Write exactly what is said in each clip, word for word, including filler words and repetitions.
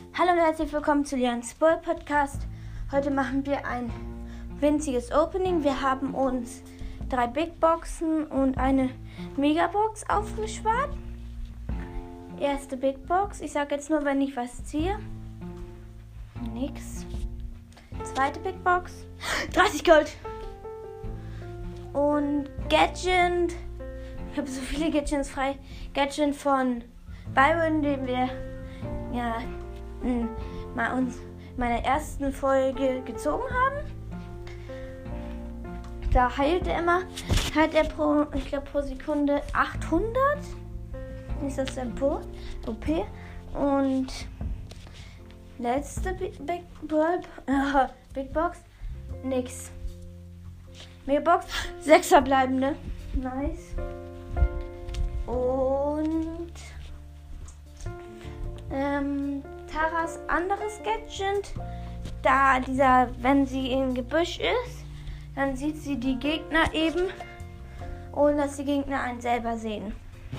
Hallo und herzlich willkommen zu Lians Spoil Podcast. Heute machen wir ein winziges Opening. Wir haben uns drei Big Boxen und eine Megabox aufgespart. Erste Big Box. Ich sage jetzt nur, wenn ich was ziehe. Nix. Zweite Big Box. dreißig Gold. Und Gadget. Ich habe so viele Gadgets frei. Gadget von Byron, den wir ja in mal uns meiner ersten Folge gezogen haben. Da heilt er immer, hat er pro, ich glaube pro Sekunde achthundert. Ist das ein O P? Und letzte Big, Big, Bulb, äh, Big Box, nix. Megabox, sechs verbleibende. Nice. Und ähm, Taras anderes Gadget, da dieser, wenn sie im Gebüsch ist, dann sieht sie die Gegner eben, ohne dass die Gegner einen selber sehen.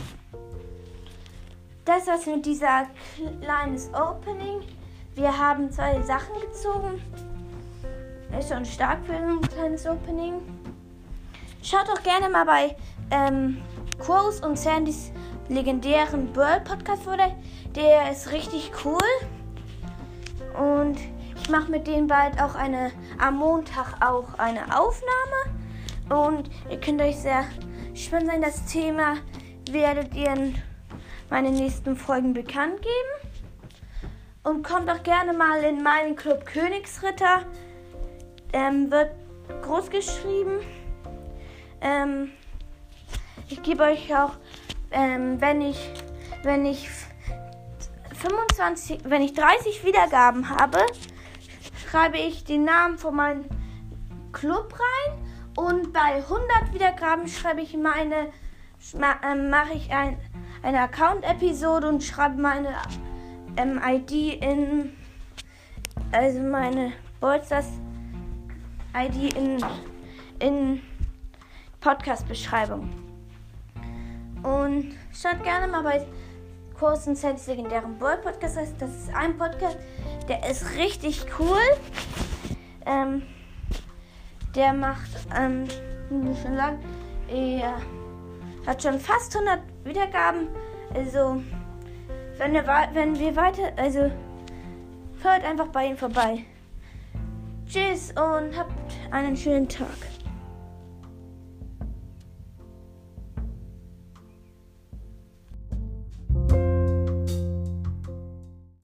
Das war's mit dieser kleines Opening. Wir haben zwei Sachen gezogen. Ist schon stark für ein kleines Opening. Schaut doch gerne mal bei ähm, Quos und Sandys legendären Brawl Podcast vorbei. Der ist richtig cool. Und ich mache mit denen bald auch eine, am Montag auch eine Aufnahme. Und ihr könnt euch sehr gespannt sein. Das Thema werdet ihr in meinen nächsten Folgen bekannt geben. Und kommt auch gerne mal in meinen Club Königsritter. Ähm, wird groß geschrieben. Ähm, ich gebe euch auch, ähm, wenn ich, wenn ich fünfundzwanzig, wenn ich dreißig Wiedergaben habe, schreibe ich den Namen von meinem Club rein und bei hundert Wiedergaben schreibe ich meine, äh, mache ich ein, eine Account-Episode und schreibe meine ähm, I D in, also meine Bolsters I D in, in Podcast-Beschreibung. Und schaut gerne mal bei Quos und Sandys legendären Brawl Podcast. Das ist ein Podcast, der ist richtig cool. Ähm, der macht, ähm, wie ich schon sagen, er hat schon fast hundert Wiedergaben. Also, wenn wir, wenn wir weiter, also, hört einfach bei ihm vorbei. Tschüss und habt einen schönen Tag.